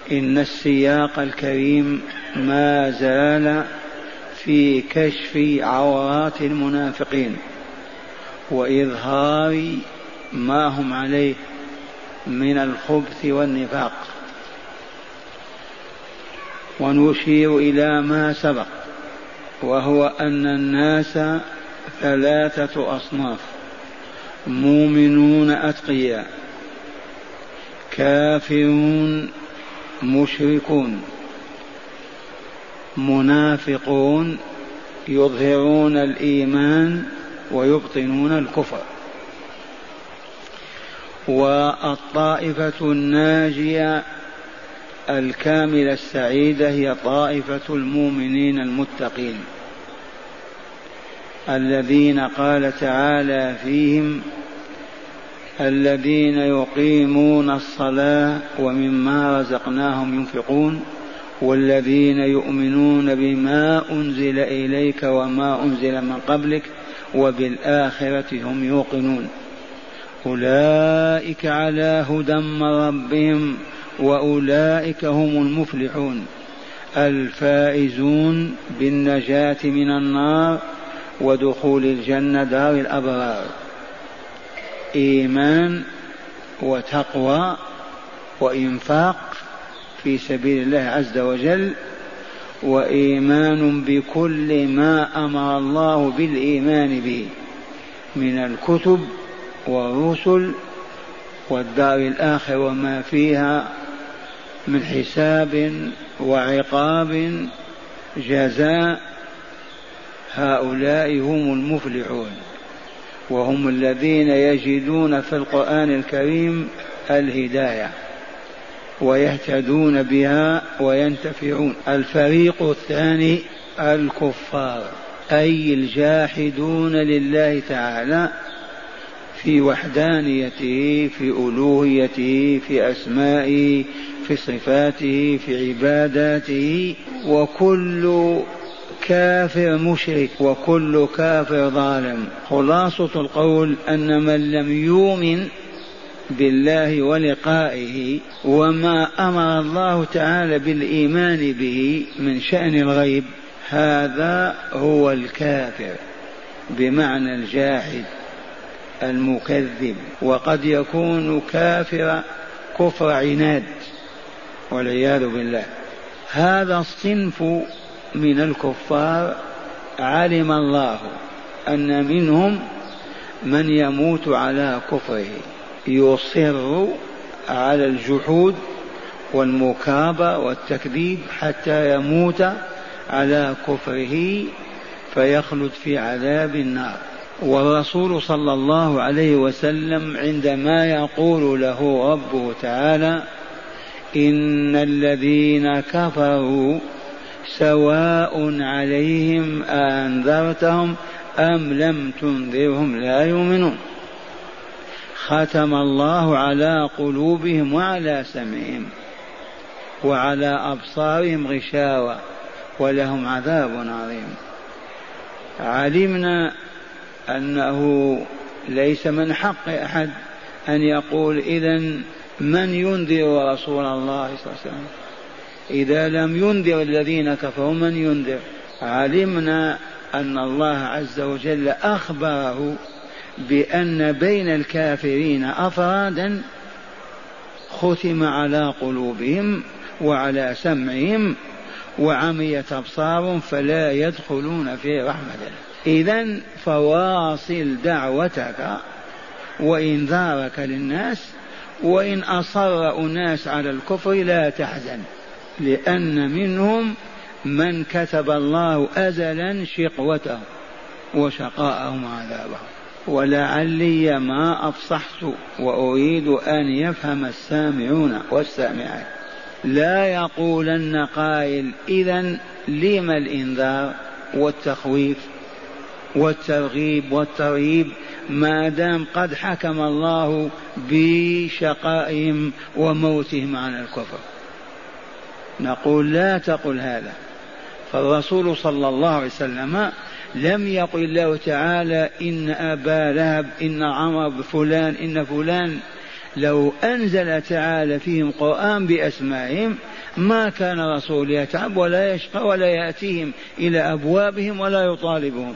إن السياق الكريم ما زال في كشف عورات المنافقين وإظهار ما هم عليه من الخبث والنفاق، ونشير إلى ما سبق، وهو أن الناس ثلاثة أصناف: مؤمنون أتقياء، كافرون مشركون، منافقون يظهرون الإيمان ويبطنون الكفر. والطائفة الناجية الكاملة السعيدة هي طائفة المؤمنين المتقين الذين قال تعالى فيهم: الذين يقيمون الصلاة ومما رزقناهم ينفقون والذين يؤمنون بما أنزل إليك وما أنزل من قبلك وبالآخرة هم يوقنون أولئك على هدى من ربهم وأولئك هم المفلحون الفائزون بالنجاة من النار ودخول الجنة دار الأبرار. إيمان وتقوى وإنفاق في سبيل الله عز وجل، وإيمان بكل ما أمر الله بالإيمان به من الكتب والرسل والدار الآخرة وما فيها من حساب وعقاب جزاء. هؤلاء هم المفلحون، وهم الذين يجدون في القرآن الكريم الهداية ويهتدون بها وينتفعون. الفريق الثاني الكفار، أي الجاحدون لله تعالى في وحدانيته، في ألوهيته، في أسمائه، في صفاته، في عباداته. وكل كافر مشرك وكل كافر ظالم. خلاصة القول أن من لم يؤمن بالله ولقائه وما أمر الله تعالى بالإيمان به من شأن الغيب، هذا هو الكافر بمعنى الجاحد المكذب. وقد يكون كافر كفر عناد والعياذ بالله. هذا الصنف من الكفار علم الله أن منهم من يموت على كفره، يصر على الجحود والمكابرة والتكذيب حتى يموت على كفره فيخلد في عذاب النار. والرسول صلى الله عليه وسلم عندما يقول له ربه تعالى: إن الذين كفروا سواء عليهم أنذرتهم أم لم تنذرهم لا يؤمنون، ختم الله على قلوبهم وعلى سمعهم وعلى أبصارهم غشاوة ولهم عذاب عظيم. علمنا أنه ليس من حق أحد أن يقول إذن من ينذر رسول الله صلى الله عليه وسلم؟ إذا لم ينذر الذين كفروا من ينذر؟ علمنا أن الله عز وجل أخبره بأن بين الكافرين أفرادا ختم على قلوبهم وعلى سمعهم وعميت أبصارهم فلا يدخلون في رحمة الله. إذن فواصل دعوتك وإنذارك للناس، وإن أصر أناس على الكفر لا تحزن، لأن منهم من كتب الله أزلا شقوته وشقاءهم وعذابهم. ولعلي ما أفصحت وأريد أن يفهم السامعون والسامعات. لا يقولن قائل: إذن لما الإنذار والتخويف والترغيب والترهيب ما دام قد حكم الله بشقائهم وموتهم على الكفر؟ نقول: لا تقل هذا. فالرسول صلى الله عليه وسلم لم يقل الله تعالى إن أبا لهب إن عمرو فلان إن فلان. لو أنزل تعالى فيهم قرآن بأسمائهم ما كان رسول يتعب ولا يشقى ولا يأتيهم إلى أبوابهم ولا يطالبهم،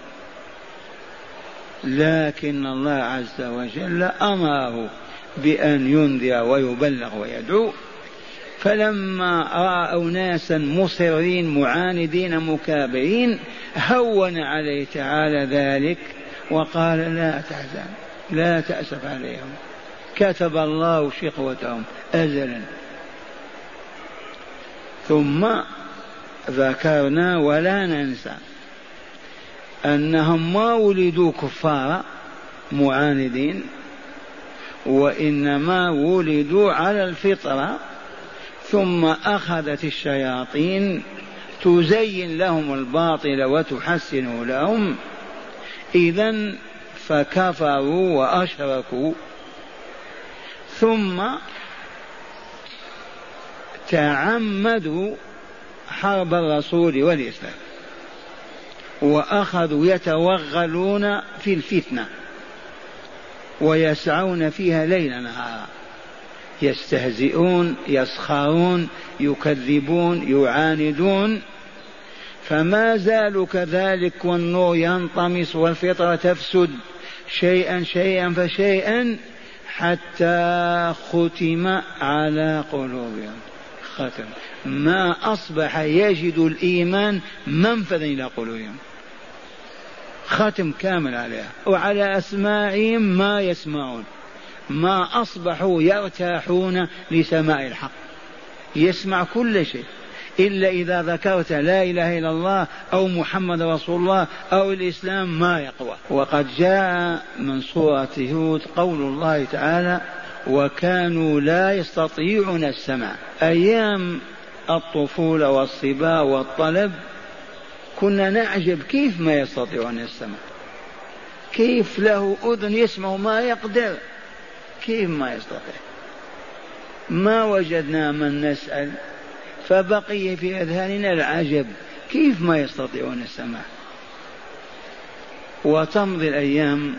لكن الله عز وجل أمره بأن ينذر ويبلغ ويدعو. فلما رأى ناسا مصرين معاندين مكابرين هون عليه تعالى ذلك وقال لا تحزن لا تأسف عليهم، كتب الله شقوتهم أزلا. ثم ذكرنا ولا ننسى أنهم ما ولدوا كفارا معاندين، وإنما ولدوا على الفطرة، ثم أخذت الشياطين تزين لهم الباطل وتحسن لهم، إذن فكفروا وأشركوا. ثم تعمدوا حرب الرسول والإسلام وأخذوا يتوغلون في الفتنة ويسعون فيها ليل نهارا، يستهزئون يسخرون يكذبون يعاندون، فما زالوا كذلك والنور ينطمس والفطرة تفسد شيئا شيئا فشيئا حتى ختم على قلوبهم. ختم ما أصبح يجد الإيمان منفذا إلى قلوبهم، ختم كامل عليها، وعلى أسماعهم ما يسمعون، ما أصبحوا يرتاحون لسماع الحق، يسمع كل شيء إلا إذا ذكرت لا إله إلا الله أو محمد رسول الله أو الإسلام ما يقوى. وقد جاء من سورة هود قول الله تعالى وكانوا لا يستطيعون السمع. أيام الطفولة والصبا والطلب كنا نعجب كيف ما يستطيعون السمع، كيف له أذن يسمع ما يقدر، كيف ما يستطيع. ما وجدنا من نسأل فبقي في أذهاننا العجب كيف ما يستطيعون السمع. وتمضي الأيام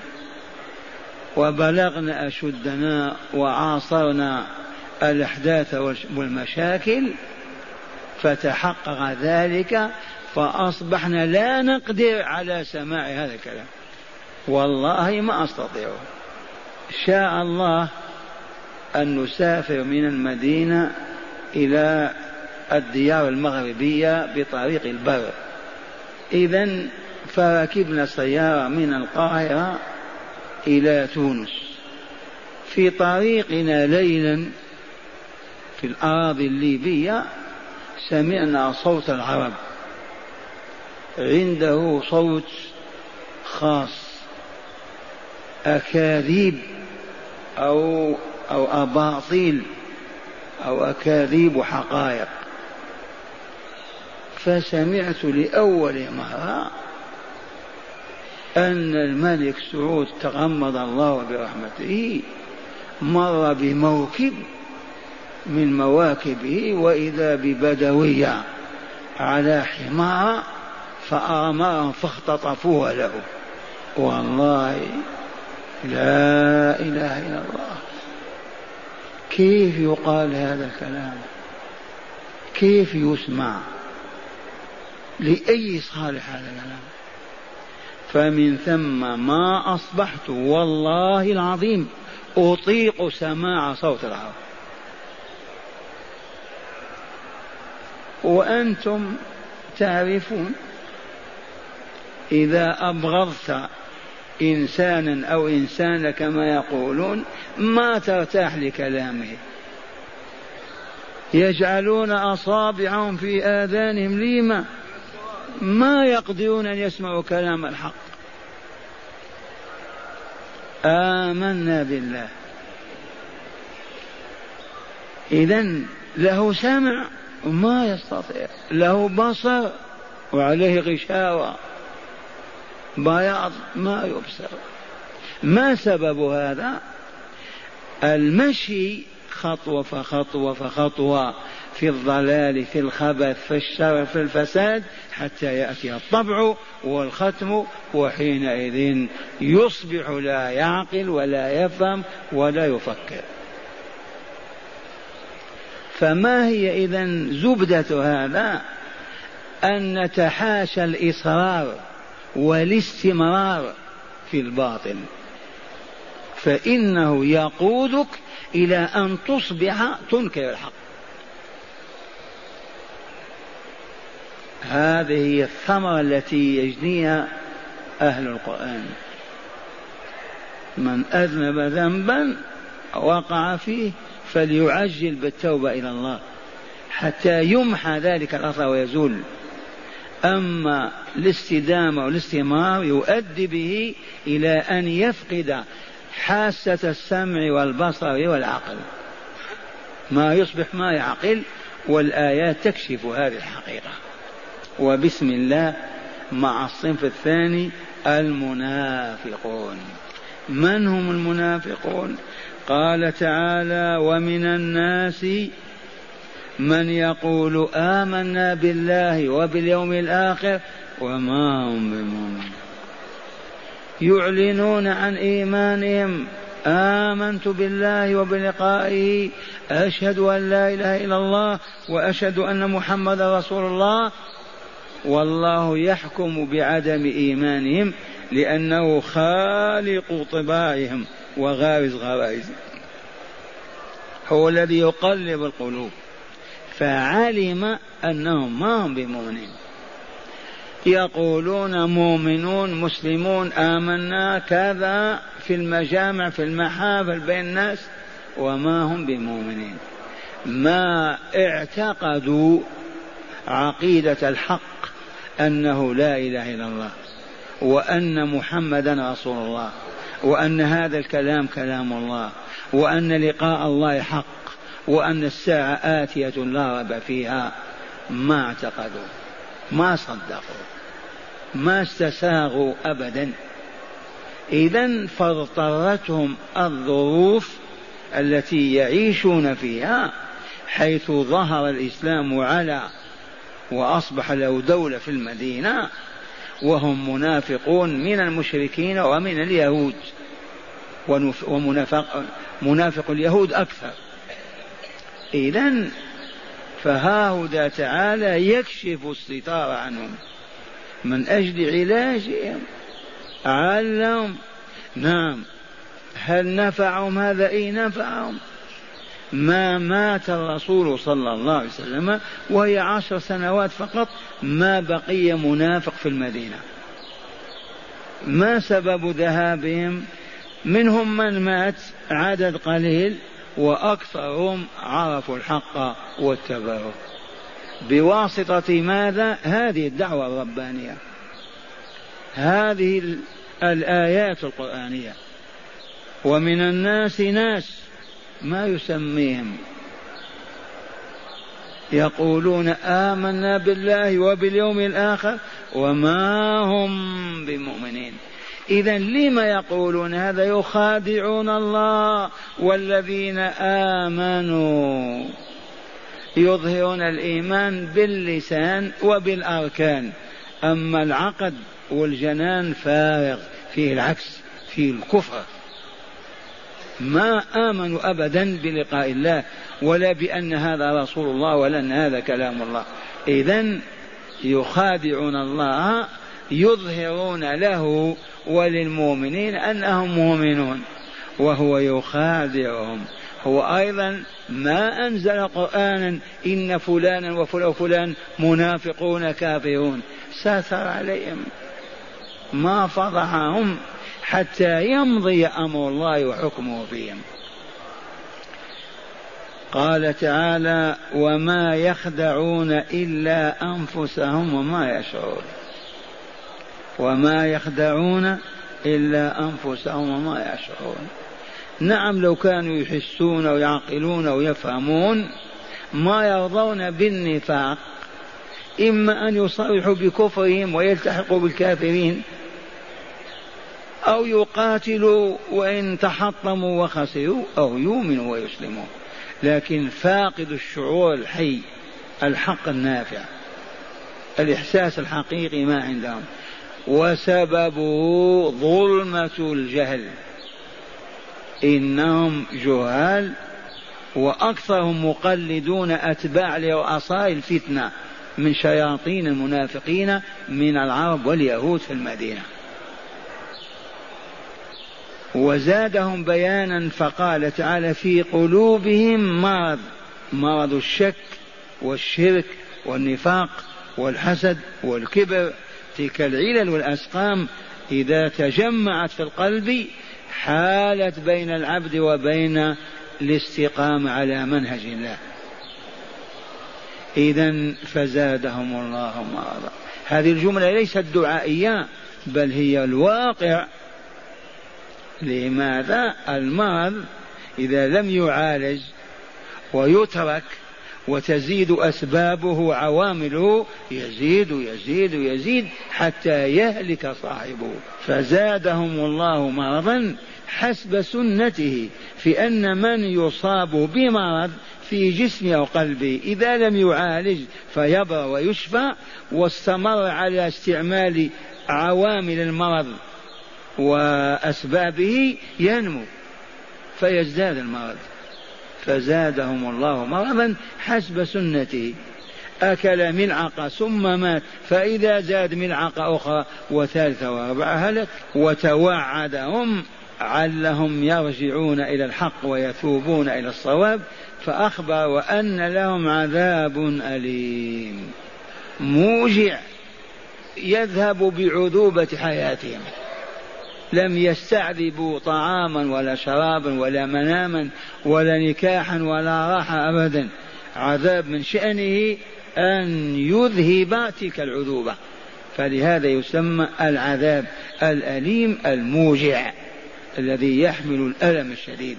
وبلغنا أشدنا وعاصرنا الأحداث والمشاكل فتحقق ذلك، فأصبحنا لا نقدر على سماع هذا الكلام، والله ما أستطيعه. شاء الله أن نسافر من المدينة إلى الديار المغربية بطريق البر، إذن فركبنا سيارة من القاهرة إلى تونس. في طريقنا ليلا في الأراضي الليبية سمعنا صوت العرب، عنده صوت خاص، أكاذيب أو أباطيل أو أكاذيب وحقائق. فسمعت لأول مرة أن الملك سعود تغمد الله برحمته مر بموكب من مواكبه وإذا ببدوية على حمار فأمرهم فاختطفوها له. والله لا إله إلا الله، كيف يقال هذا الكلام؟ كيف يسمع؟ لأي صالح هذا الكلام؟ فمن ثم ما أصبحت والله العظيم أطيق سماع صوت العرب. وأنتم تعرفون إذا أبغضت إنسانا أو إنسان كما يقولون ما ترتاح لكلامه، يجعلون أصابعهم في آذانهم لما ما يقدرون أن يسمعوا كلام الحق. آمنا بالله. إذن له سمع وما يستطيع، له بصر وعليه غشاوة بياض ما يبصر. ما سبب هذا؟ المشي خطوة فخطوة فخطوة في الضلال في الخبث في الشر في الفساد حتى يأتي الطبع والختم، وحينئذ يصبح لا يعقل ولا يفهم ولا يفكر. فما هي إذن زبدة هذا؟ أن نتحاشى الإصرار والاستمرار في الباطل، فإنه يقودك إلى أن تصبح تنكر الحق. هذه هي الثمرة التي يجنيها أهل القرآن. من أذنب ذنبا وقع فيه فليعجل بالتوبة إلى الله حتى يمحى ذلك الأثر ويزول. أما الاستدامة والاستمرار يؤدي به إلى أن يفقد حاسة السمع والبصر والعقل، ما يصبح ما يعقل، والآيات تكشف هذه الحقيقة. وبسم الله مع الصنف الثاني المنافقون. من هم المنافقون؟ قال تعالى: ومن الناس من يقول آمنا بالله وباليوم الآخر وما هم بمؤمنين. يعلنون عن إيمانهم: آمنت بالله وبلقائه، أشهد أن لا إله إلا الله وأشهد أن محمد رسول الله، والله يحكم بعدم إيمانهم لأنه خالق طباعهم وغارز غرائزهم، هو الذي يقلب القلوب، فعلم أنهم ما هم بمؤمنين. يقولون مؤمنون مسلمون آمنا كذا في المجامع في المحافل بين الناس وما هم بمؤمنين، ما اعتقدوا عقيدة الحق أنه لا إله إلا الله وأن محمدا رسول الله وأن هذا الكلام كلام الله وأن لقاء الله حق وأن الساعة آتية لا ريب فيها. ما اعتقدوا، ما صدقوا، ما استساغوا أبدا. إذن فاضطرتهم الظروف التي يعيشون فيها، حيث ظهر الإسلام على وأصبح له دولة في المدينة، وهم منافقون من المشركين ومن اليهود، ومنافق اليهود أكثر. إذن فهاهدا تعالى يكشف الستار عنهم من أجل علاجهم. علم نعم. هل نفعهم هذا؟ إيه نفعهم. ما مات الرسول صلى الله عليه وسلم وهي 10 سنوات فقط، ما بقي منافق في المدينة. ما سبب ذهابهم؟ منهم من مات عدد قليل، وأكثرهم عرفوا الحق واتبعوه بواسطة ماذا؟ هذه الدعوة الربانية، هذه الآيات القرآنية. ومن الناس ناس ما يسميهم يقولون آمنا بالله وباليوم الآخر وما هم بمؤمنين. إذن لما يقولون هذا؟ يخادعون الله والذين آمنوا، يظهرون الإيمان باللسان وبالأركان، أما العقد والجنان فارغ، فيه العكس، فيه الكفر. ما آمنوا أبدا بلقاء الله ولا بأن هذا رسول الله ولا أن هذا كلام الله. إذن يخادعون الله، يظهرون له وللمؤمنين أنهم مؤمنون وهو يخادعهم. هو أيضا ما أنزل قرآنا إن فلانا وفلان منافقون كافرون، ساتر عليهم، ما فضحهم حتى يمضي أمر الله وحكمه فيهم. قال تعالى: وما يخدعون إلا أنفسهم وما يشعرون. وما يخدعون إلا أنفسهم وما يشعرون. نعم، لو كانوا يحسون ويعقلون ويفهمون ما يرضون بالنفاق، إما أن يصرحوا بكفرهم ويلتحقوا بالكافرين، أو يقاتلوا وإن تحطموا وخسروا، أو يؤمنوا ويسلموا. لكن فاقد الشعور الحي الحق النافع، الإحساس الحقيقي ما عندهم، وسببه ظلمة الجهل. إنهم جهال وأكثرهم مقلدون أتباع لرؤساء الفتنة من شياطين المنافقين من العرب واليهود في المدينة. وزادهم بيانا فقال تعالى في قلوبهم مرض، مرض الشك والشرك والنفاق والحسد والكبر. تلك العلل والأسقام إذا تجمعت في القلب حالت بين العبد وبين الاستقامة على منهج الله. إذن فزادهم الله مرضا. هذه الجملة ليست دعائية بل هي الواقع. لماذا؟ المرض إذا لم يعالج ويترك وتزيد أسبابه عوامله يزيد يزيد يزيد حتى يهلك صاحبه. فزادهم الله مرضا حسب سنته في أن من يصاب بمرض في جسمه أو قلبه إذا لم يعالج فيبرأ ويشفى واستمر على استعمال عوامل المرض وأسبابه ينمو فيزداد المرض. فزادهم الله مرضا حسب سنته. أكل ملعقة ثم مات، فإذا زاد ملعقة أخرى وثالثة ورابعة هلك. وتوعدهم علهم يرجعون إلى الحق ويتوبون إلى الصواب، فأخبر وأن لهم عذاب أليم موجع يذهب بعذوبة حياتهم. لم يستعذبوا طعاما ولا شرابا ولا مناما ولا نكاحا ولا راحة أبدا. عذاب من شأنه أن يذهب تلك العذوبة، فلهذا يسمى العذاب الأليم الموجع الذي يحمل الألم الشديد.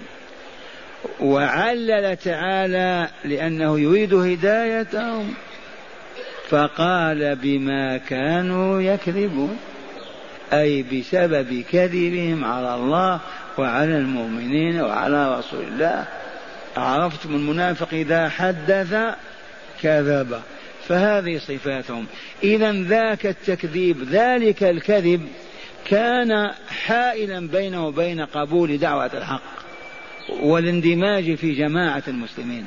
وعلل تعالى لأنه يريد هدايتهم فقال بما كانوا يكذبون، أي بسبب كذبهم على الله وعلى المؤمنين وعلى رسول الله. عرفتم المنافق إذا حدث كذب، فهذه صفاتهم. إذن ذاك التكذيب ذلك الكذب كان حائلا بينه وبين قبول دعوة الحق والاندماج في جماعة المسلمين.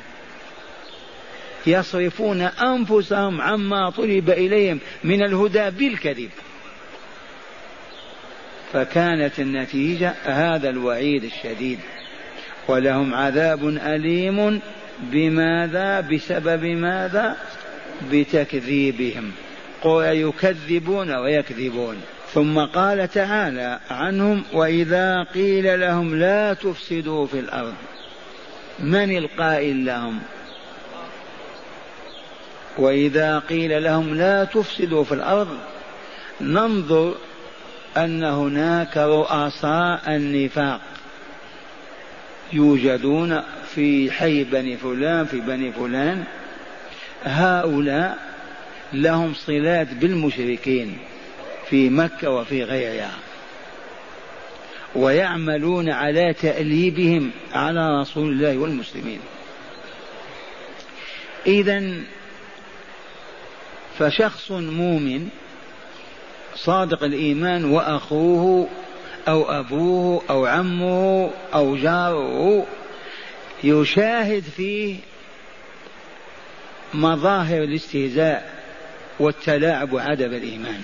يصرفون أنفسهم عما طلب إليهم من الهدى بالكذب، فكانت النتيجة هذا الوعيد الشديد. ولهم عذاب أليم بماذا؟ بسبب ماذا؟ بتكذيبهم. يكذبون ويكذبون. ثم قال تعالى عنهم وإذا قيل لهم لا تفسدوا في الأرض. من القائل لهم؟ وإذا قيل لهم لا تفسدوا في الأرض ننظر أن هناك رؤساء النفاق يوجدون في حي بني فلان في بني فلان. هؤلاء لهم صلات بالمشركين في مكة وفي غيرها ويعملون على تأليبهم على رسول الله والمسلمين. إذن فشخص مؤمن صادق الإيمان وأخوه أو أبوه أو عمه أو جاره يشاهد فيه مظاهر الاستهزاء والتلاعب وعدم الإيمان،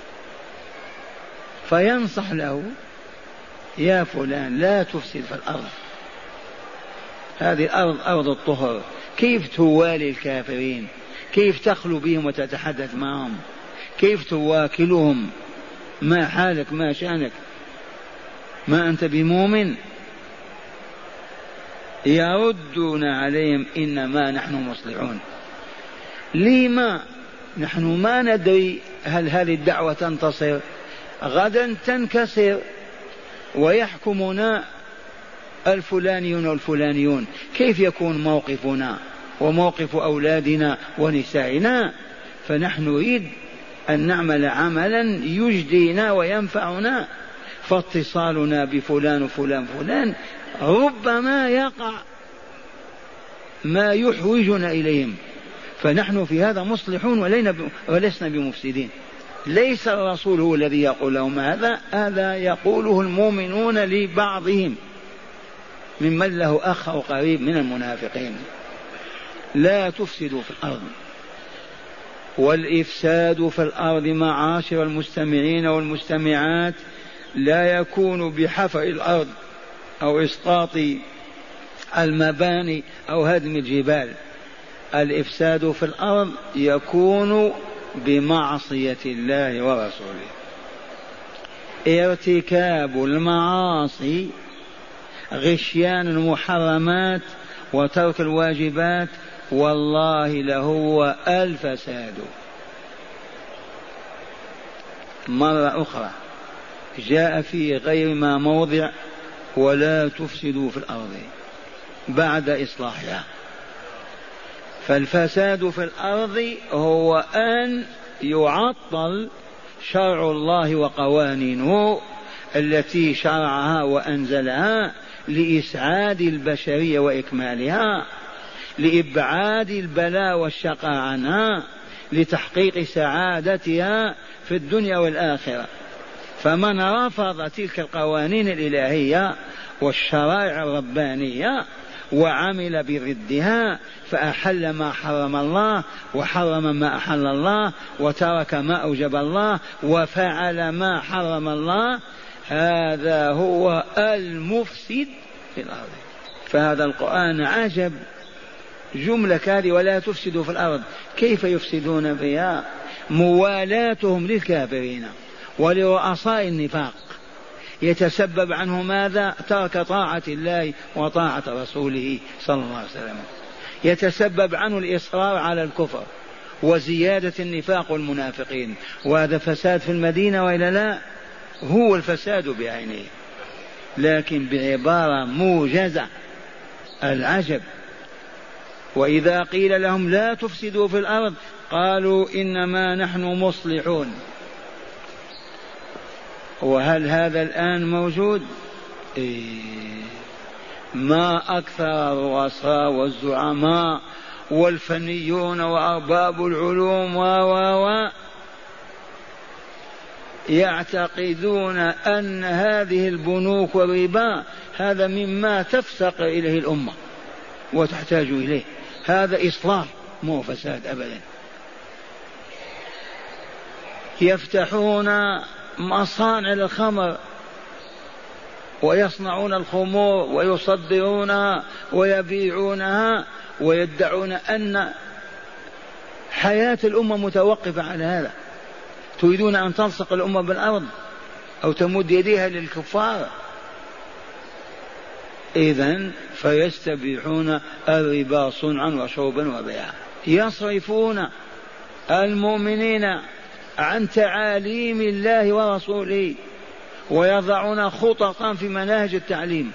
فينصح له يا فلان لا تفسد في الأرض، هذه الأرض أرض الطهر، كيف توالي الكافرين؟ كيف تخلو بهم وتتحدث معهم؟ كيف تواكلهم؟ ما حالك؟ ما شأنك؟ ما أنت بمؤمن؟ يردون عليهم إنما نحن مصلحون. لما نحن ما ندري هل هذه الدعوة تنتصر؟ غدا تنكسر ويحكمنا الفلانيون والفلانيون، كيف يكون موقفنا وموقف أولادنا ونسائنا؟ فنحن نريد أن نعمل عملا يجدينا وينفعنا، فاتصالنا بفلان وفلان فلان ربما يقع ما يحوجنا إليهم، فنحن في هذا مصلحون ولسنا بمفسدين. ليس الرسول هو الذي يقول لهم هذا يقوله المؤمنون لبعضهم. ممن له أخ أو قريب من المنافقين. لا تفسدوا في الأرض. والإفساد في الأرض معاشر المستمعين والمستمعات لا يكون بحفر الأرض أو إسقاط المباني أو هدم الجبال. الإفساد في الأرض يكون بمعصية الله ورسوله، ارتكاب المعاصي، غشيان المحرمات وترك الواجبات، والله لهو الفساد. مرة أخرى جاء في غير ما موضع ولا تفسدوا في الأرض بعد إصلاحها. فالفساد في الأرض هو أن يعطل شرع الله وقوانينه التي شرعها وأنزلها لإسعاد البشرية وإكمالها، لإبعاد البلاء والشقاء عنها، لتحقيق سعادتها في الدنيا والآخرة. فمن رفض تلك القوانين الإلهية والشرائع الربانية وعمل بضدها فأحل ما حرم الله وحرم ما أحل الله وترك ما أوجب الله وفعل ما حرم الله، هذا هو المفسد في الأرض. فهذا القرآن عجب، جملة هذه ولا تفسدوا في الأرض، كيف يفسدون فيها؟ موالاتهم للكافرين ولرؤساء النفاق يتسبب عنه ماذا؟ ترك طاعة الله وطاعة رسوله صلى الله عليه وسلم، يتسبب عنه الإصرار على الكفر وزيادة النفاق والمنافقين. وهذا فساد في المدينة وإلا لا؟ هو الفساد بعينه، لكن بعبارة موجزة. العجب. وإذا قيل لهم لا تفسدوا في الأرض قالوا إنما نحن مصلحون. وهل هذا الآن موجود؟ ما أكثر الرؤساء والزعماء والفنيون وأرباب العلوم يعتقدون أن هذه البنوك والربا هذا مما تفتقر إليه الأمة وتحتاج إليه، هذا إصلاح مو فساد أبدا. يفتحون مصانع الخمر ويصنعون الخمور ويصدرونها ويبيعونها ويدعون أن حياة الأمة متوقفة على هذا. تريدون أن تلصق الأمة بالأرض أو تمد يديها للكفار؟ إذن فيستبيحون الربا صنعا وشربا وبيعا، يصرفون المؤمنين عن تعاليم الله ورسوله ويضعون خططا في مناهج التعليم،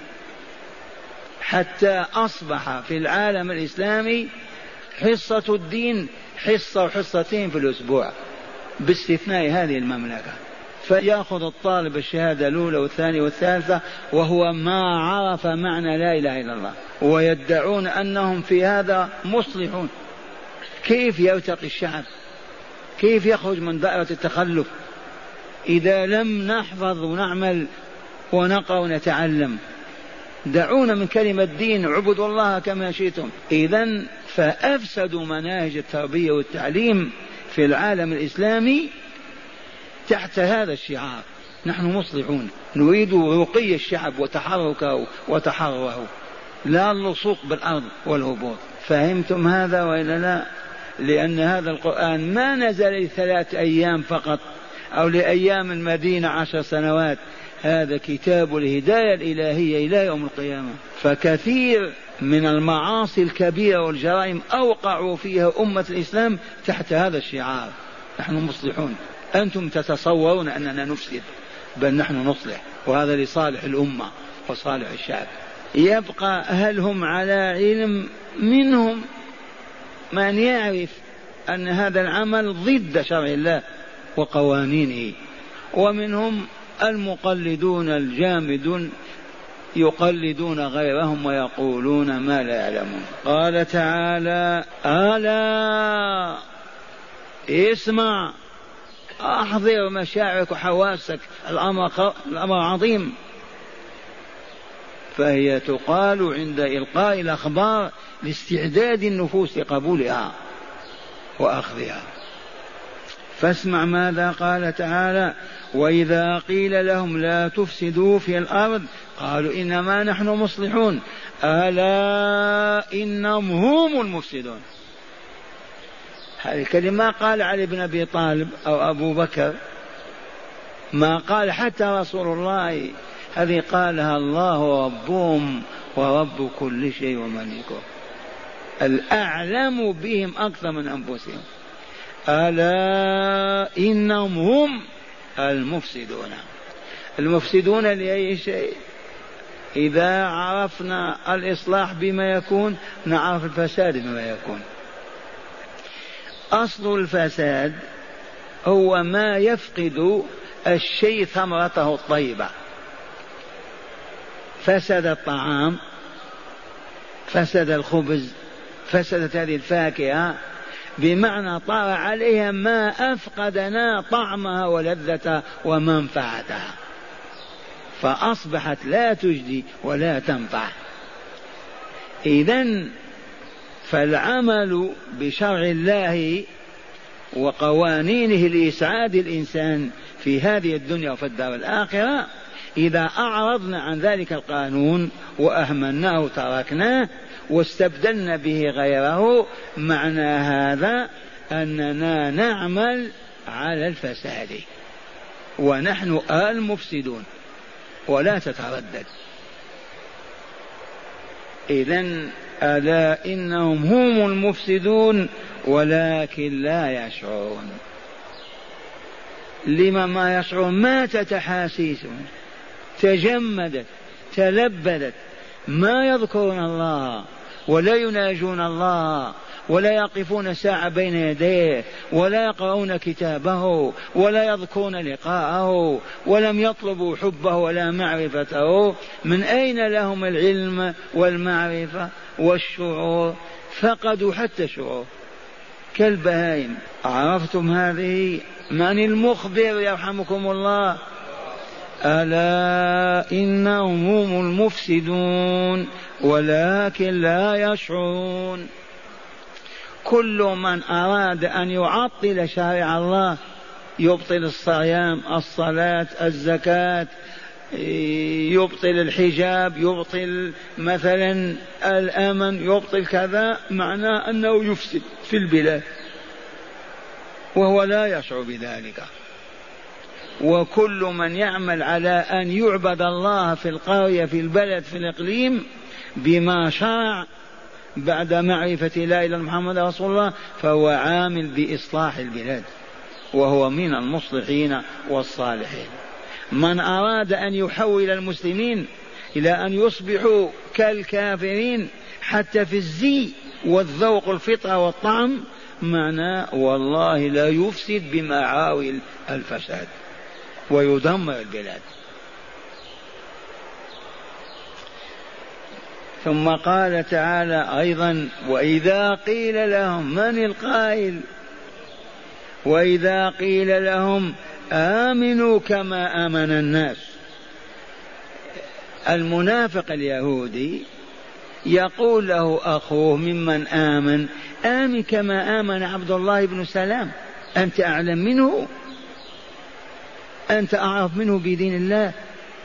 حتى أصبح في العالم الإسلامي حصة الدين حصة وحصتين في الأسبوع باستثناء هذه المملكة. فيأخذ الطالب الشهادة الأولى والثانية والثالثة وهو ما عرف معنى لا إله إلا الله، ويدعون أنهم في هذا مصلحون. كيف يرتقي الشعب؟ كيف يخرج من دائرة التخلف إذا لم نحفظ ونعمل ونقرأ ونتعلم؟ دعونا من كلمة دين، عبدوا الله كما شئتم. إذن فأفسدوا مناهج التربية والتعليم في العالم الإسلامي تحت هذا الشعار: نحن مصلحون، نريد رقي الشعب وتحركه وتحرره، لا اللصوق بالأرض والهبوط. فهمتم هذا وإلا لا؟ لأن هذا القرآن ما نزل ل3 أيام فقط أو لأيام المدينة 10 سنوات، هذا كتاب الهداية الإلهية إلى يوم القيامة. فكثير من المعاصي الكبيرة والجرائم أوقعوا فيها أمة الإسلام تحت هذا الشعار: نحن مصلحون. أنتم تتصورون أننا نفسد، بل نحن نصلح، وهذا لصالح الأمة وصالح الشعب. يبقى هل هم على علم؟ منهم من يعرف أن هذا العمل ضد شرع الله وقوانينه، ومنهم المقلدون الجامدون يقلدون غيرهم ويقولون ما لا يعلمون. قال تعالى: ألا اسمع، أحضر مشاعرك وحواسك، الأمر عظيم. فهي تقال عند إلقاء الأخبار لاستعداد النفوس لقبولها وأخذها. فاسمع ماذا قال تعالى: وإذا قيل لهم لا تفسدوا في الأرض قالوا إنما نحن مصلحون ألا إنهم هم المفسدون. هذه الكلمة قال علي بن أبي طالب أو أبو بكر، ما قال حتى رسول الله، هذه قالها الله ربهم ورب كل شيء ومليكه، الأعلم بهم أكثر من أنفسهم. ألا إنهم هم المفسدون. المفسدون لأي شيء؟ إذا عرفنا الإصلاح بما يكون نعرف الفساد بما يكون. أصل الفساد هو ما يفقد الشيء ثمرته الطيبة. فسد الطعام، فسد الخبز، فسدت هذه الفاكهة، بمعنى طار عليها ما أفقدنا طعمها ولذتها ومنفعتها، فأصبحت لا تجدي ولا تنفع. إذن فالعمل بشرع الله وقوانينه لإسعاد الإنسان في هذه الدنيا وفي الدار الآخرة، إذا أعرضنا عن ذلك القانون وأهملناه تركناه واستبدلنا به غيره، معنى هذا أننا نعمل على الفساد ونحن المفسدون، ولا تتردد. إذن ألا إنهم هم المفسدون ولكن لا يشعرون. لما ما يشعرون؟ ماتت أحاسيسهم، تجمدت، تلبدت، ما يذكرون الله ولا يناجون الله ولا يقفون ساعة بين يديه ولا يقرؤون كتابه ولا يذكرون لقاءه ولم يطلبوا حبه ولا معرفته. من أين لهم العلم والمعرفة والشعور؟ فقدوا حتى الشعور كالبهائم. عرفتم هذه؟ من المخبر يرحمكم الله؟ ألا إنهم هم المفسدون ولكن لا يشعرون. كل من أراد أن يعطل شرع الله، يبطل الصيام، الصلاة، الزكاة، يبطل الحجاب، يبطل مثلا الأمن، يبطل كذا، معناه أنه يفسد في البلاد وهو لا يشعر بذلك. وكل من يعمل على أن يعبد الله في القرية، في البلد، في الإقليم بما شرع بعد معرفة لا إله إلا محمد رسول الله، فهو عامل بإصلاح البلاد وهو من المصلحين والصالحين. من أراد أن يحول المسلمين إلى أن يصبحوا كالكافرين حتى في الزي والذوق الفطرة والطعم، معناه والله لا يفسد بمعاول الفساد ويدمر البلاد. ثم قال تعالى أيضا: وإذا قيل لهم، من القائل؟ وإذا قيل لهم آمنوا كما آمن الناس. المنافق اليهودي يقول له أخوه ممن آمن: آمن كما آمن عبد الله بن سلام، أنت أعلم منه، أنت أعرف منه بدين الله.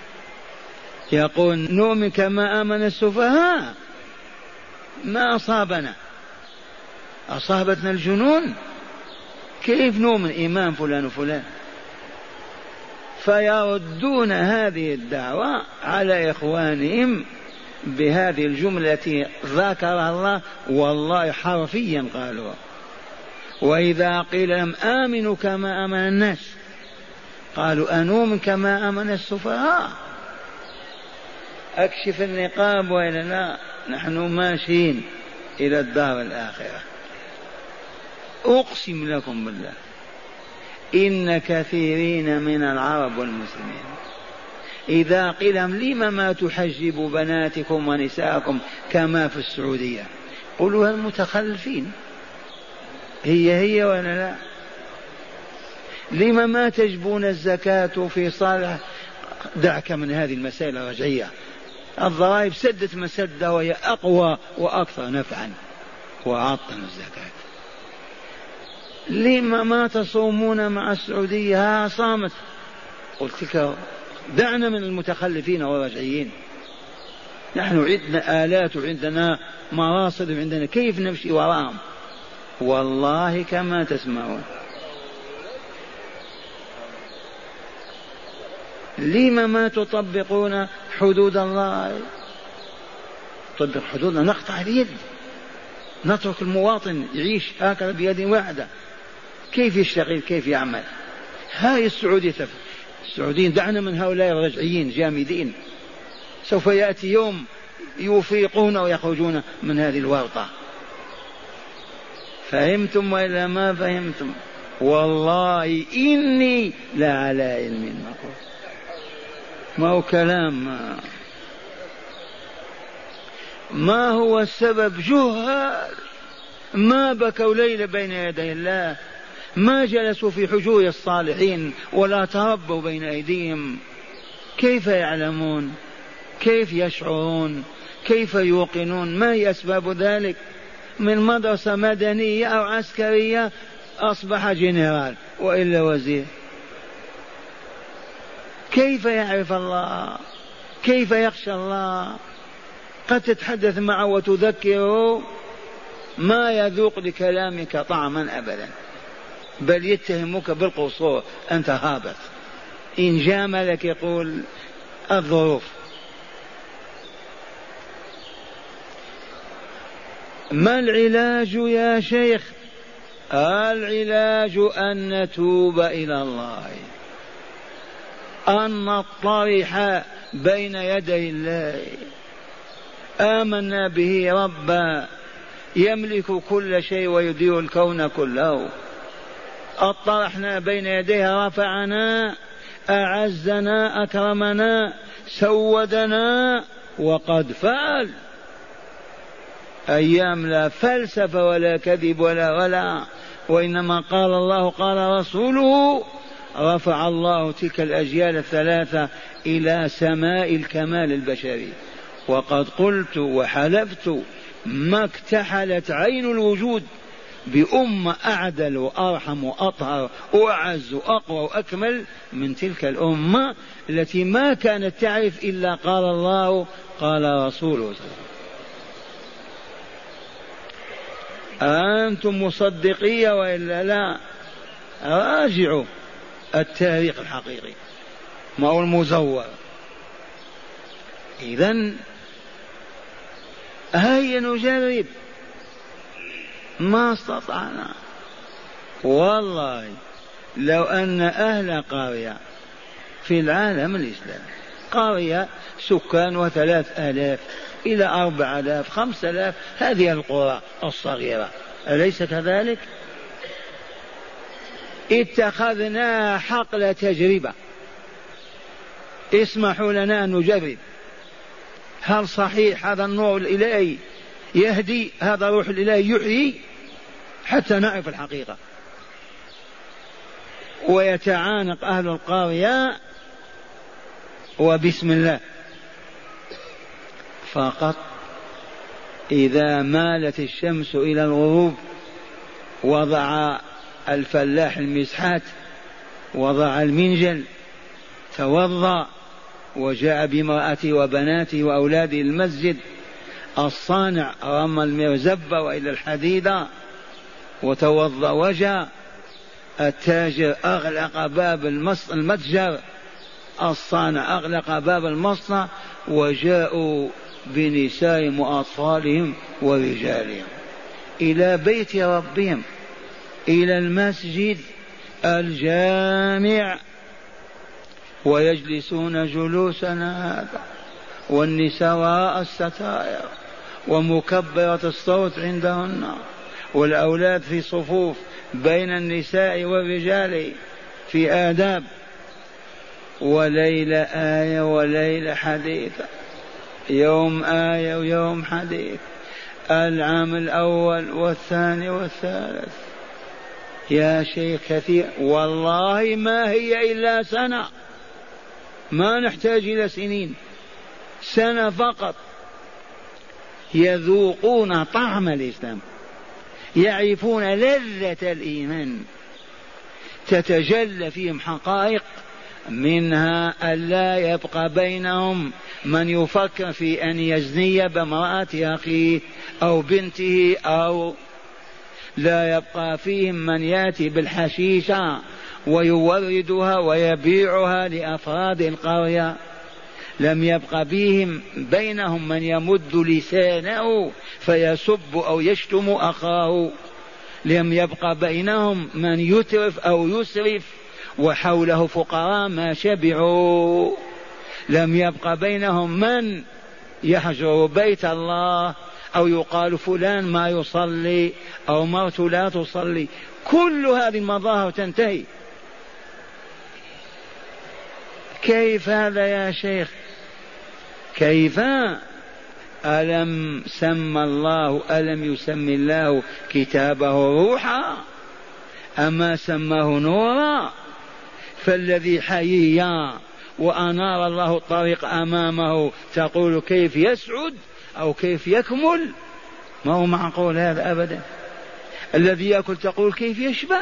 يقول: نؤمن كما آمن السفهاء، ما أصابنا، أصابتنا الجنون، كيف نؤمن إمام فلان وفلان؟ فيردون هذه الدعوة على إخوانهم بهذه الجملة التي ذكرها الله، والله حرفيا قالوا: وإذا قيل لهم آمنوا كما آمن الناس قالوا أنؤمن كما آمن السفهاء. أكشف النقاب وإلا لا، نحن ماشيين إلى الدار الآخرة. أقسم لكم بالله إن كثيرين من العرب والمسلمين إذا قيل لهم لم ما تحجب بناتكم ونساءكم كما في السعودية، قولوا المتخلفين، هي ولا لا؟ لم ما تجبون الزكاة في صالح؟ دعك من هذه المسائل الرجعية، الضرائب سدت مسدة وهي أقوى وأكثر نفعا، وعطلوا الزكاة. لما ما تصومون مع السعودية؟ ها صامت. قلت لك دعنا من المتخلفين والرجعيين، نحن عندنا آلات وعندنا مراصد وعندنا كيف نمشي وراهم؟ والله كما تسمعون. لما ما تطبقون حدود الله؟ تطبق حدودنا نقطع اليد، نترك المواطن يعيش هكذا بيد واحدة، كيف يشتغل كيف يعمل؟ هاي السعودية السعوديين دعنا من هؤلاء الرجعيين جامدين، سوف يأتي يوم يفيقون ويخرجون من هذه الورطة. فهمتم وإلا ما فهمتم؟ والله إني لعلى علم ما هو كلام. ما هو السبب؟ جهال ما بكوا ليل بين يدي الله، ما جلسوا في حجور الصالحين ولا تربوا بين أيديهم. كيف يعلمون؟ كيف يشعرون؟ كيف يوقنون؟ ما هي أسباب ذلك؟ من مدرسة مدنية أو عسكرية أصبح جنرال وإلا وزير. كيف يعرف الله؟ كيف يخشى الله؟ قد تتحدث معه وتذكره ما يذوق لكلامك طعما أبدا، بل يتهمك بالقصور، أنت هابط. إن جاملك يقول الظروف. ما العلاج يا شيخ؟ العلاج أن نتوب إلى الله، أن نطرح بين يدي الله. آمنا به ربا يملك كل شيء ويدير الكون كله، اطرحنا بين يديه، رفعنا، أعزنا، أكرمنا، سودنا، وقد فعل. أيام لا فلسفة ولا كذب ولا وإنما قال الله قال رسوله. رفع الله تلك الأجيال الثلاثة إلى سماء الكمال البشري. وقد قلت وحلفت ما اكتحلت عين الوجود بأمة أعدل وأرحم وأطهر وأعز وأقوى وأكمل من تلك الأمة التي ما كانت تعرف إلا قال الله قال رسوله. أنتم مصدقية وإلا لا؟ راجعوا التاريخ الحقيقي ما هو المزور. إذن هيا نجرب. ما استطعنا. والله لو أن أهل قرية في العالم الإسلامي، قرية سكان 3000 إلى 4000 5000، هذه القرى الصغيرة، أليس كذلك؟ اتخذنا حقل تجربة، اسمحوا لنا أن نجرب هل صحيح هذا النور الإلهي يهدي، هذا الروح الإلهي يحيي، حتى نعرف الحقيقة. ويتعانق أهل القرية وبسم الله فقط. إذا مالت الشمس إلى الغروب وضع الفلاح المسحات، وضع المنجل، توضأ وجاء بامرأته وبناته وأولاده المسجد. الصانع رمى المرزبة وإلى الحديدة وتوضأ وجاء. التاجر أغلق باب المتجر، الصانع أغلق باب المصنع، وجاءوا بنسائهم وأطفالهم ورجالهم إلى بيت ربهم، إلى المسجد الجامع، ويجلسون جلوسنا هذا، والنساء وراء الستائر ومكبرة الصوت عندهن، والأولاد في صفوف بين النساء والرجال في آداب. وليلة آية وليلة حديثة، يوم آية ويوم حديث، العام الأول والثاني والثالث. يا شيخ كثير والله ما هي إلا سنة، ما نحتاج إلى سنين. سنة فقط يذوقون طعم الإسلام، يعرفون لذة الإيمان، تتجلى فيهم حقائق، منها ألا يبقى بينهم من يفكر في أن يزني بامرأة أخيه أو بنته، أو لا يبقى فيهم من يأتي بالحشيشة ويوردها ويبيعها لأفراد القرية، لم يبق بينهم من يمد لسانه فيسب أو يشتم أخاه، لم يبق بينهم من يترف أو يسرف وحوله فقراء ما شبعوا، لم يبق بينهم من يحجر بيت الله أو يقال فلان ما يصلي أو مرت لا تصلي. كل هذه المظاهر تنتهي. كيف هذا يا شيخ؟ كيف؟ ألم يسمي الله كتابه روحا؟ أما سماه نورا؟ فالذي حيي وأنار الله الطريق أمامه تقول كيف يسعد أو كيف يكمل؟ ما هو معقول هذا أبدا. الذي يأكل تقول كيف يشبع،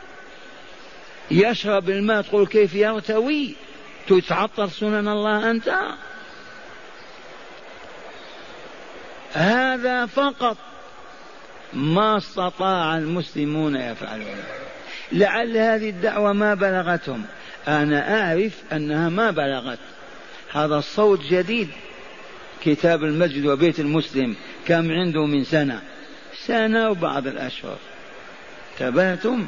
يشرب الماء تقول كيف يرتوي، تتعطل سنن الله أنت؟ هذا فقط ما استطاع المسلمون يفعلون. لعل هذه الدعوة ما بلغتهم، أنا أعرف أنها ما بلغت. هذا الصوت جديد، كتاب المسجد وبيت المسلم كم عنده من سنة وبعض الأشهر. تبهتم؟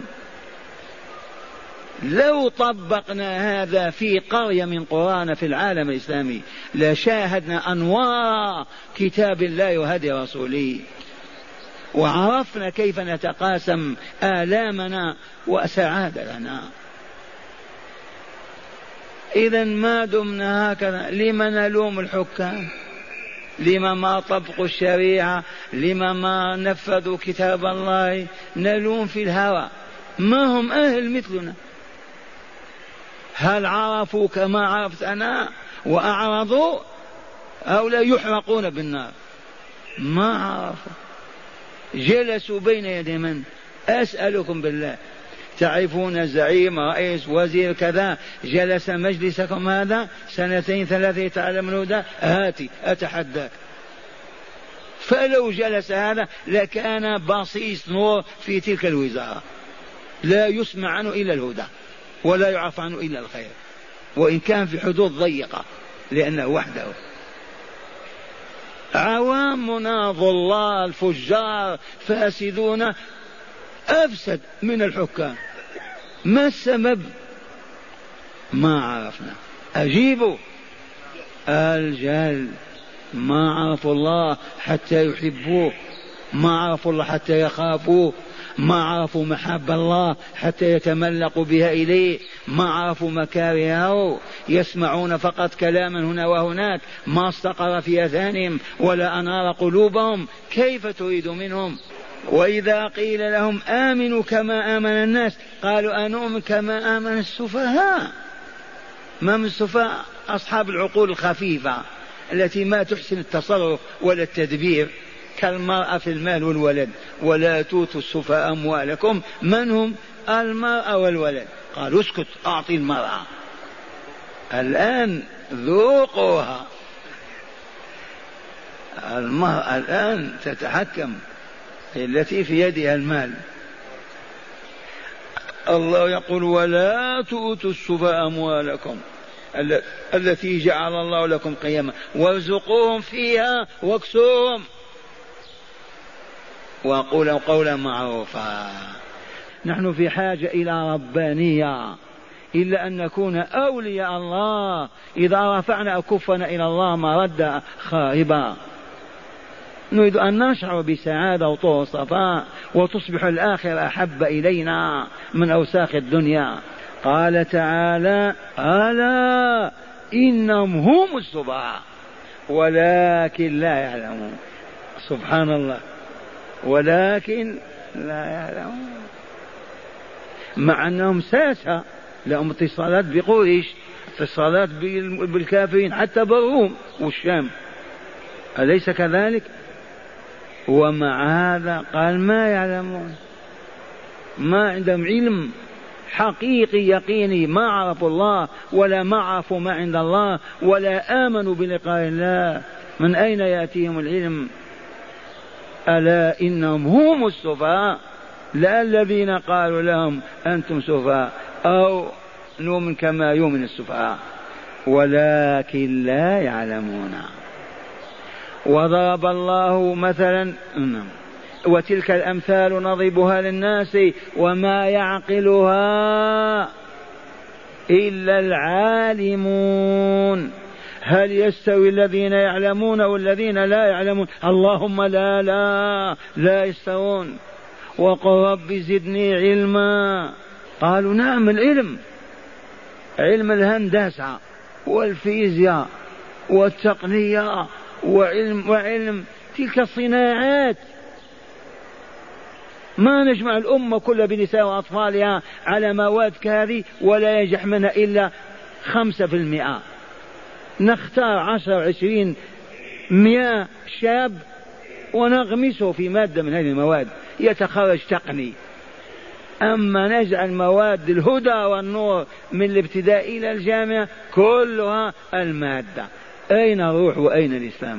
لو طبقنا هذا في قرية من قرانا في العالم الإسلامي لشاهدنا أنوار كتاب الله وهدي رسوله، وعرفنا كيف نتقاسم آلامنا وسعادتنا. إذا ما دمنا هكذا لما نلوم الحكام؟ لما ما طبقوا الشريعة؟ لما ما نفذوا كتاب الله؟ نلوم في الهوى. ما هم أهل مثلنا؟ هل عرفوا كما عرفت أنا وأعرضوا أو لا يحرقون بالنار؟ ما عرفوا. جلسوا بين يدي من؟ أسألكم بالله، تعرفون زعيم رئيس وزير كذا جلس مجلسكم هذا 2 3 يتعلم الهدى؟ هاتي أتحداك. فلو جلس هذا لكان بصيص نور في تلك الوزارة، لا يسمع عنه إلا الهدى ولا يعرف عنه إلا الخير، وإن كان في حدود ضيقة لأنه وحده. عوامنا ضلال الفجار فاسدون أفسد من الحكام. ما السبب؟ ما عرفنا. أجيبوا الجهل. ما عرفوا الله حتى يحبوه، ما عرفوا الله حتى يخافوه، ما عرفوا محبة الله حتى يتملقوا بها إليه، ما عرفوا مكارهه، يسمعون فقط كلاما هنا وهناك ما استقر في أذهانهم ولا أنار قلوبهم. كيف تريد منهم؟ وإذا قيل لهم آمنوا كما آمن الناس قالوا أنؤمن كما آمن السفهاء. ما من السفهاء؟ أصحاب العقول الخفيفة التي ما تحسن التصرف ولا التدبير، كالمرأة في المال والولد. ولا توتوا السفهاء أموالكم. من هم؟ المرأة والولد. قالوا اسكت، أعطي المرأة. الآن ذوقوها. المرأة الآن تتحكم، التي في يدها المال. الله يقول ولا تؤتوا السفهاء أموالكم التي جعل الله لكم قياما وارزقوهم فيها واكسوهم وقولوا قولا معروفا. نحن في حاجة إلى ربانية، إلا أن نكون أولياء الله. إذا رفعنا أكفنا إلى الله مرد خاربا. نريد أن نشعر بسعادة وطهر صفاء وتصبح الآخرة أحب إلينا من أوساخ الدنيا. قال تعالى ألا إنهم هم السفهاء ولكن لا يعلمون. سبحان الله، ولكن لا يعلمون. مع أنهم ساسة لهم اتصالات بقريش، اتصالات بالكافرين حتى بالروم والشام، أليس كذلك؟ ومع هذا قال ما يعلمون، ما عندهم علم حقيقي يقيني، ما عرفوا الله ولا ما عرفوا ما عند الله ولا آمنوا بلقاء الله، من أين يأتيهم العلم؟ ألا إنهم هم السفهاء، لا الذين قالوا لهم أنتم سفهاء أو نؤمن كما يؤمن السفهاء، ولكن لا يعلمون. وضرب الله مثلا وتلك الأمثال نضربها للناس وما يعقلها إلا العالمون. هل يستوي الذين يعلمون والذين لا يعلمون؟ اللهم لا يستوون. وقل رب زدني علما، قالوا نعم العلم، علم الهندسة والفيزياء والتقنية وعلم تلك الصناعات، ما نجمع الأمة كلها بنساء وأطفالها على مواد كهذه ولا ينجح منها إلا 5%. نختار 10 20 100 شاب ونغمسه في مادة من هذه المواد يتخرج تقني. أما نجعل مواد الهدى والنور من الابتداء إلى الجامعة كلها المادة، أين الروح وأين الإسلام؟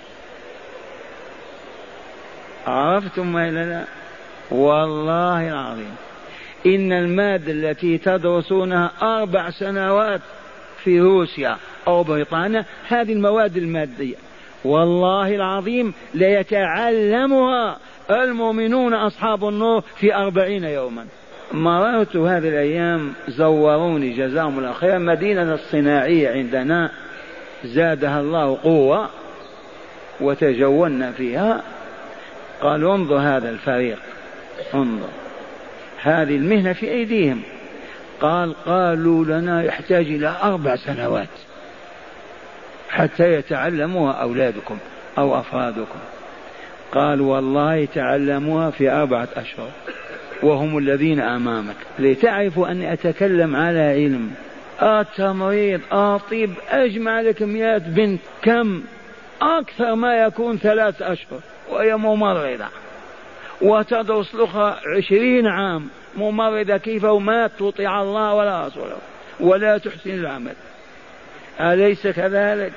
عرفتم ولا لا؟ والله العظيم إن المادة التي تدرسونها 4 سنوات في روسيا أو بريطانيا، هذه المواد المادية والله العظيم ليتعلمها المؤمنون أصحاب النور في 40 يوما. مررت هذه الأيام، زوروني جزاهم الله خير مدينة الصناعية عندنا زادها الله قوة، وتجولنا فيها، قالوا انظر هذا الفريق، انظر هذه المهنة في أيديهم. قالوا لنا يحتاج إلى 4 سنوات حتى يتعلموها أولادكم أو أفرادكم. قال والله تعلموها في 4 أشهر وهم الذين أمامك، لتعرفوا أني أتكلم على علم. التمريض طب أجمع لك 100 بنت، كم أكثر ما يكون 3 أشهر وهي ممرضة، وتدرس لها 20 عام ممرضة كيف وما تطيع الله ولا رسوله ولا تحسن العمل، أليس كذلك؟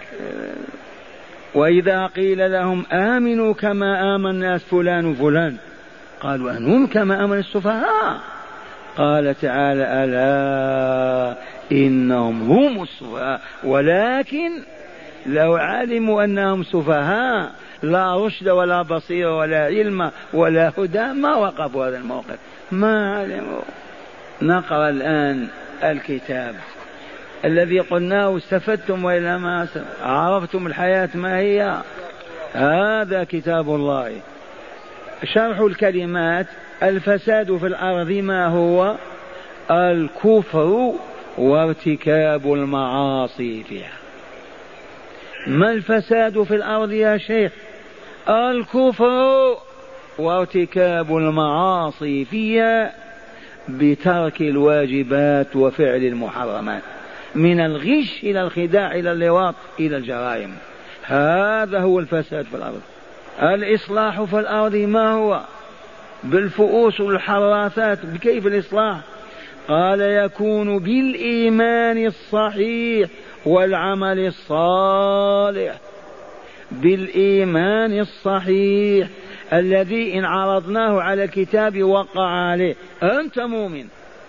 وإذا قيل لهم آمنوا كما آمن الناس فلان وفلان قالوا أنهم كما آمن السفهاء. قال تعالى ألا إنهم هم السفهاء ولكن لو علموا أنهم سفهاء لا رشد ولا بصير ولا علم ولا هدى ما وقفوا هذا الموقف، ما علموا. نقرأ الآن الكتاب الذي قلناه، استفدتم وإلا ما عرفتم الحياة ما هي؟ هذا كتاب الله. شرح الكلمات. الفساد في الأرض ما هو؟ الكفر وارتكاب المعاصي فيها. ما الفساد في الأرض يا شيخ؟ الكفر وارتكاب المعاصي فيها بترك الواجبات وفعل المحرمات، من الغش إلى الخداع إلى اللواط إلى الجرائم. هذا هو الفساد في الأرض. الإصلاح في الأرض ما هو؟ بالفؤوس والحراثات. بكيف الإصلاح؟ قال يكون بالإيمان الصحيح والعمل الصالح. بالإيمان الصحيح الذي إن عرضناه على الكتاب وقع عليه، أنت مؤمن.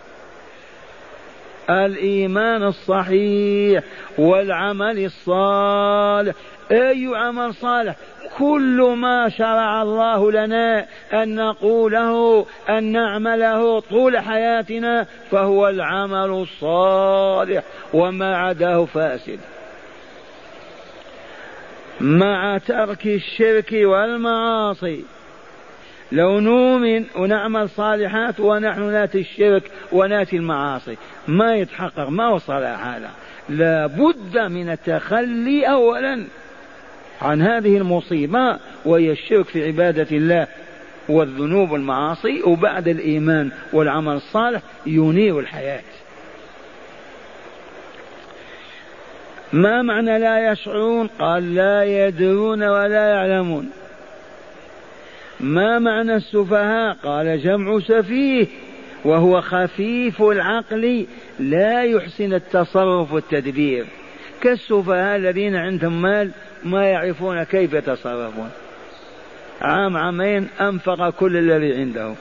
الإيمان الصحيح والعمل الصالح. أي عمل صالح؟ كل ما شرع الله لنا أن نقوله أن نعمله طول حياتنا فهو العمل الصالح، وما عداه فاسد، مع ترك الشرك والمعاصي. لو نؤمن ونعمل صالحات ونحن ناتي الشرك وناتي المعاصي ما يتحقق، ما وصل هذا. لا بد من التخلي أولا عن هذه المصيبة وهي الشرك في عبادة الله والذنوب والمعاصي، وبعد الإيمان والعمل الصالح ينير الحياة. ما معنى لا يشعرون؟ قال لا يدرون ولا يعلمون. ما معنى السفهاء؟ قال جمع سفيه، وهو خفيف العقل لا يحسن التصرف والتدبير، كالسفهاء الذين عندهم مال ما يعرفون كيف يتصرفون، عام عامين أنفق كل الذي عنده.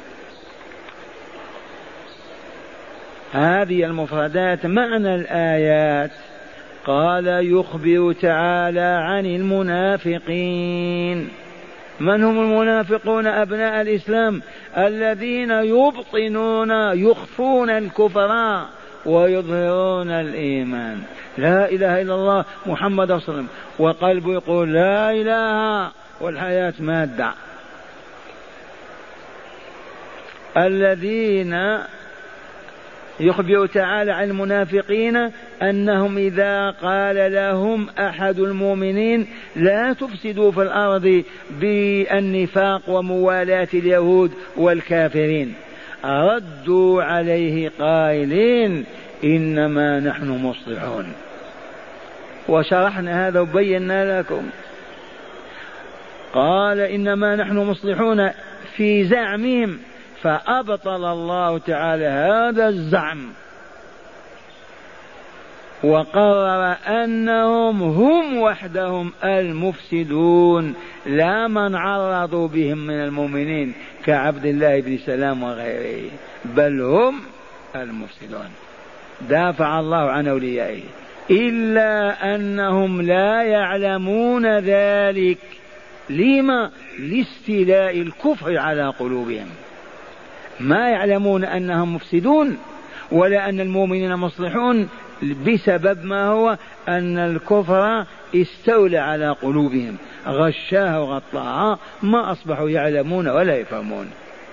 هذه المفردات. معنى الآيات قال يخبر تعالى عن المنافقين. من هم المنافقون؟ أبناء الإسلام الذين يبطنون يخفون الكفر ويظهرون الإيمان، لا إله إلا الله محمد صلى الله عليه وسلم، وقلبه يقول لا إله والحياة مادة. الذين يخبر تعالى عن المنافقين أنهم إذا قال لهم أحد المؤمنين لا تفسدوا في الأرض بالنفاق وموالاة اليهود والكافرين، ردوا عليه قائلين إنما نحن مصلحون. وشرحنا هذا وبينا لكم. قال إنما نحن مصلحون في زعمهم، فأبطل الله تعالى هذا الزعم وقرر أنهم هم وحدهم المفسدون، لا من عرضوا بهم من المؤمنين كعبد الله بن سلام وغيره، بل هم المفسدون. دافع الله عن أوليائه، إلا أنهم لا يعلمون ذلك. لما؟ لاستيلاء الكفر على قلوبهم، ما يعلمون أنهم مفسدون ولا أن المؤمنين مصلحون، بسبب ما هو أن الكفر استولى على قلوبهم، غشاها وغطاها، ما أصبحوا يعلمون ولا يفهمون.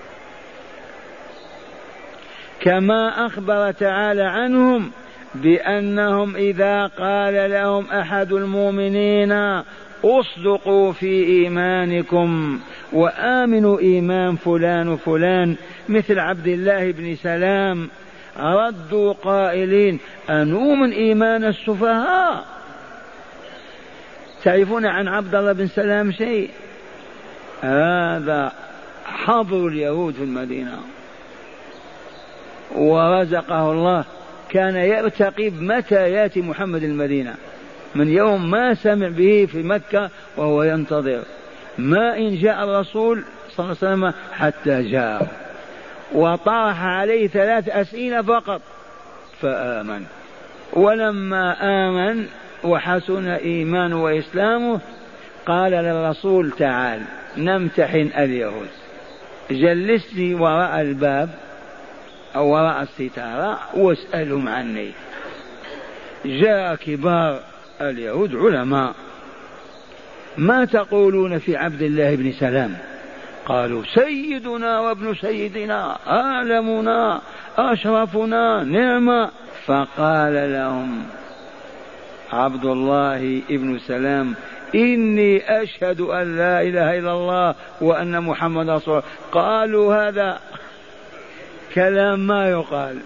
كما أخبر تعالى عنهم بأنهم إذا قال لهم أحد المؤمنين اصدقوا في إيمانكم وآمنوا إيمان فلان وفلان مثل عبد الله بن سلام، ردوا قائلين أنؤمن إيمان السفهاء. تعرفون عن عبد الله بن سلام شيء؟ هذا حبر اليهود في المدينة، ورزقه الله كان يرتقب متى يأتي محمد المدينة، من يوم ما سمع به في مكة وهو ينتظر، ما إن جاء الرسول صلى الله عليه وسلم حتى جاء، وطرح عليه 3 أسئلة فقط فآمن. ولما آمن وحسن إيمانه وإسلامه قال للرسول تعال نمتحن اليهود، جلسني وراء الباب أو وراء الستارة واسألهم عني. جاء كبار اليهود علماء، ما تقولون في عبد الله بن سلام؟ قالوا سيدنا وابن سيدنا، أعلمنا أشرفنا نعمة. فقال لهم عبد الله ابن سلام إني أشهد أن لا إله إلا الله وأن محمد رسول الله. قالوا هذا كلام ما يقال.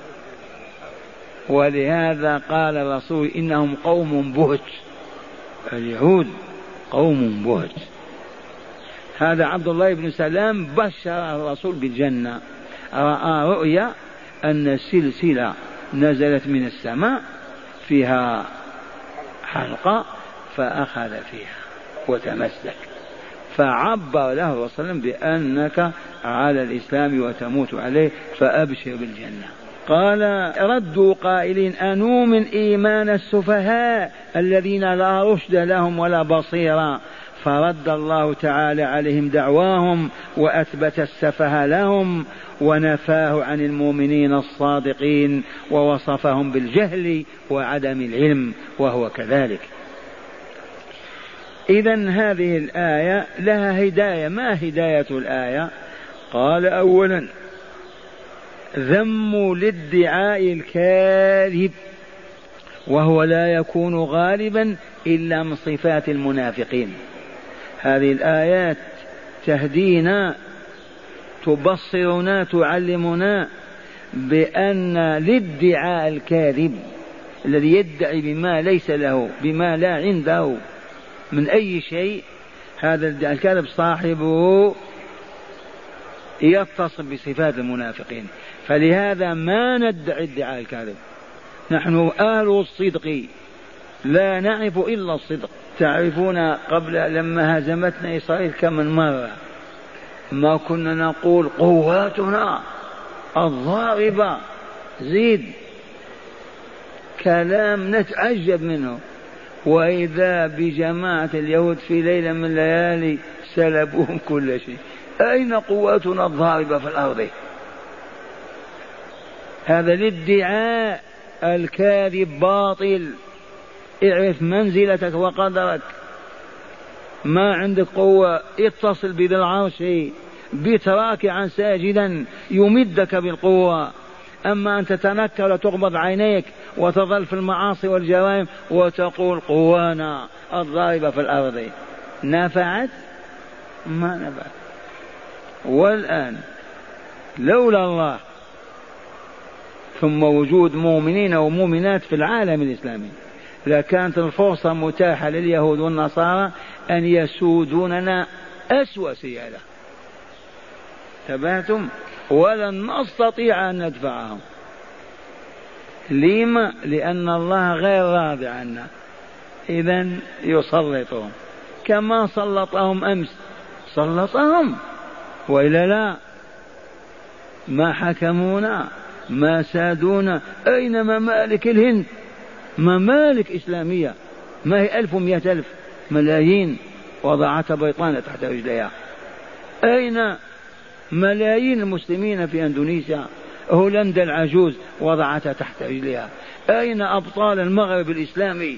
ولهذا قال الرسول إنهم قوم بهت، اليهود قوم بهت. هذا عبد الله بن سلام بشر الرسول بالجنة، رأى رؤيا أن سلسلة نزلت من السماء فيها حلقة فأخذ فيها وتمسك، فعبر له الرسول صلى الله عليه وسلم بأنك على الإسلام وتموت عليه فأبشر بالجنة. قال ردوا قائلين أنؤمن إيمان السفهاء الذين لا رشد لهم ولا بصيرة، فرد الله تعالى عليهم دعواهم وأثبت السفه لهم ونفاه عن المؤمنين الصادقين ووصفهم بالجهل وعدم العلم وهو كذلك. إذن هذه الآية لها هداية. ما هداية الآية؟ قال أولا ذم الادعاء الكاذب، وهو لا يكون غالبا إلا من صفات المنافقين. هذه الآيات تهدينا تبصرنا تعلمنا بأن الادعاء الكاذب الذي يدعي بما ليس له، بما لا عنده من أي شيء، هذا الكاذب صاحبه يتصف بصفات المنافقين. فلهذا ما ندعي ادعاء الكاذب، نحن أهل الصدق لا نعرف إلا الصدق. تعرفون قبل لما هزمتنا إسرائيل كم من مرة ما كنا نقول قواتنا الضاربة، زيد كلام نتعجب منه، وإذا بجماعة اليهود في ليلة من الليالي سلبوهم كل شيء. أين قواتنا الضاربة في الأرض؟ هذا الادعاء الكاذب باطل. اعرف منزلتك وقدرك. ما عندك قوة اتصل بذي العرش بتراكعا ساجدا يمدك بالقوة. أما أن تتنكر وتغمض عينيك وتظل في المعاصي والجرائم وتقول قوانا الضاربة في الأرض، نفعت؟ ما نفعت. والآن لولا الله ثم وجود مؤمنين ومؤمنات في العالم الإسلامي لكانت الفرصة متاحة لليهود والنصارى أن يسودوننا أسوأ سيادة. تبعتم؟ ولن نستطيع أن ندفعهم. لما؟ لأن الله غير راضي عنا، إذن يسلطهم كما سلطهم أمس، سلطهم وإلا لا؟ ما حكمونا، ما سادونا. أين ممالك الهند؟ ممالك إسلامية ما هي 1,100,000 ملايين وضعتها بريطانيا تحت رجليها. أين ملايين المسلمين في أندونيسيا؟ هولندا العجوز وضعتها تحت رجليها. أين أبطال المغرب الإسلامي؟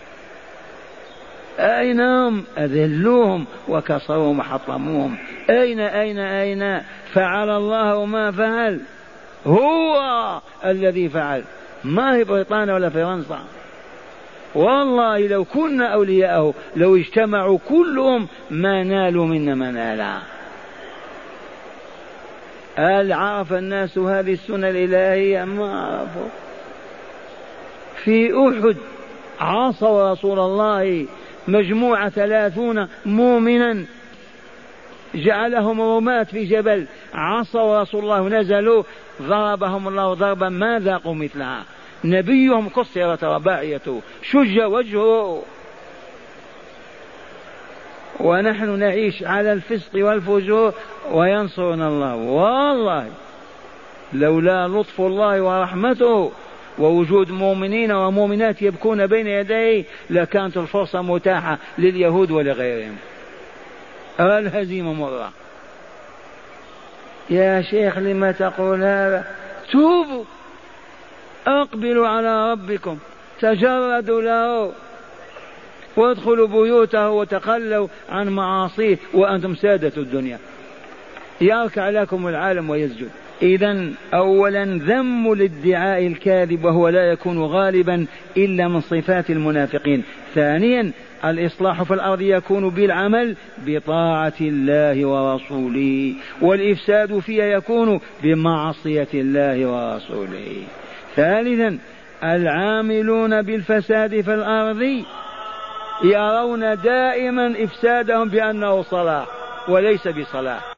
أين هم؟ أذلوهم وكسروهم وحطموهم. أين فعل الله ما فعل؟ هو الذي فعل، ما هي بريطانيا ولا فرنسا. والله لو كنا أولياءه لو اجتمعوا كلهم ما نالوا منا ما نالا. هل عرف الناس هذه السنة الإلهية؟ ما عرفوا. في أحد عاصوا رسول الله مجموعة 30 مؤمنا، جعلهم رماة في جبل، عصوا رسول الله نزلوا، ضربهم الله ضربا ما ذاقوا مثلها. نبيهم كسرت رباعيته، شج وجهه، ونحن نعيش على الفسق والفجور وينصرنا الله. والله لولا لطف الله ورحمته ووجود مؤمنين ومؤمنات يبكون بين يديه لكانت الفرصة متاحة لليهود ولغيرهم. الهزيمة مرة. يا شيخ لما تقول هذا؟ توبوا، أقبلوا على ربكم، تجردوا له، وادخلوا بيوته وتخلوا عن معاصيه وأنتم سادة الدنيا، يركع لكم العالم ويسجد. إذن أولا ذم الادعاء الكاذب وهو لا يكون غالبا إلا من صفات المنافقين. ثانيا الإصلاح في الأرض يكون بالعمل بطاعة الله ورسوله، والإفساد فيها يكون بمعصية الله ورسوله. ثالثا العاملون بالفساد في الأرض يرون دائما إفسادهم بأنه صلاح وليس بصلاح.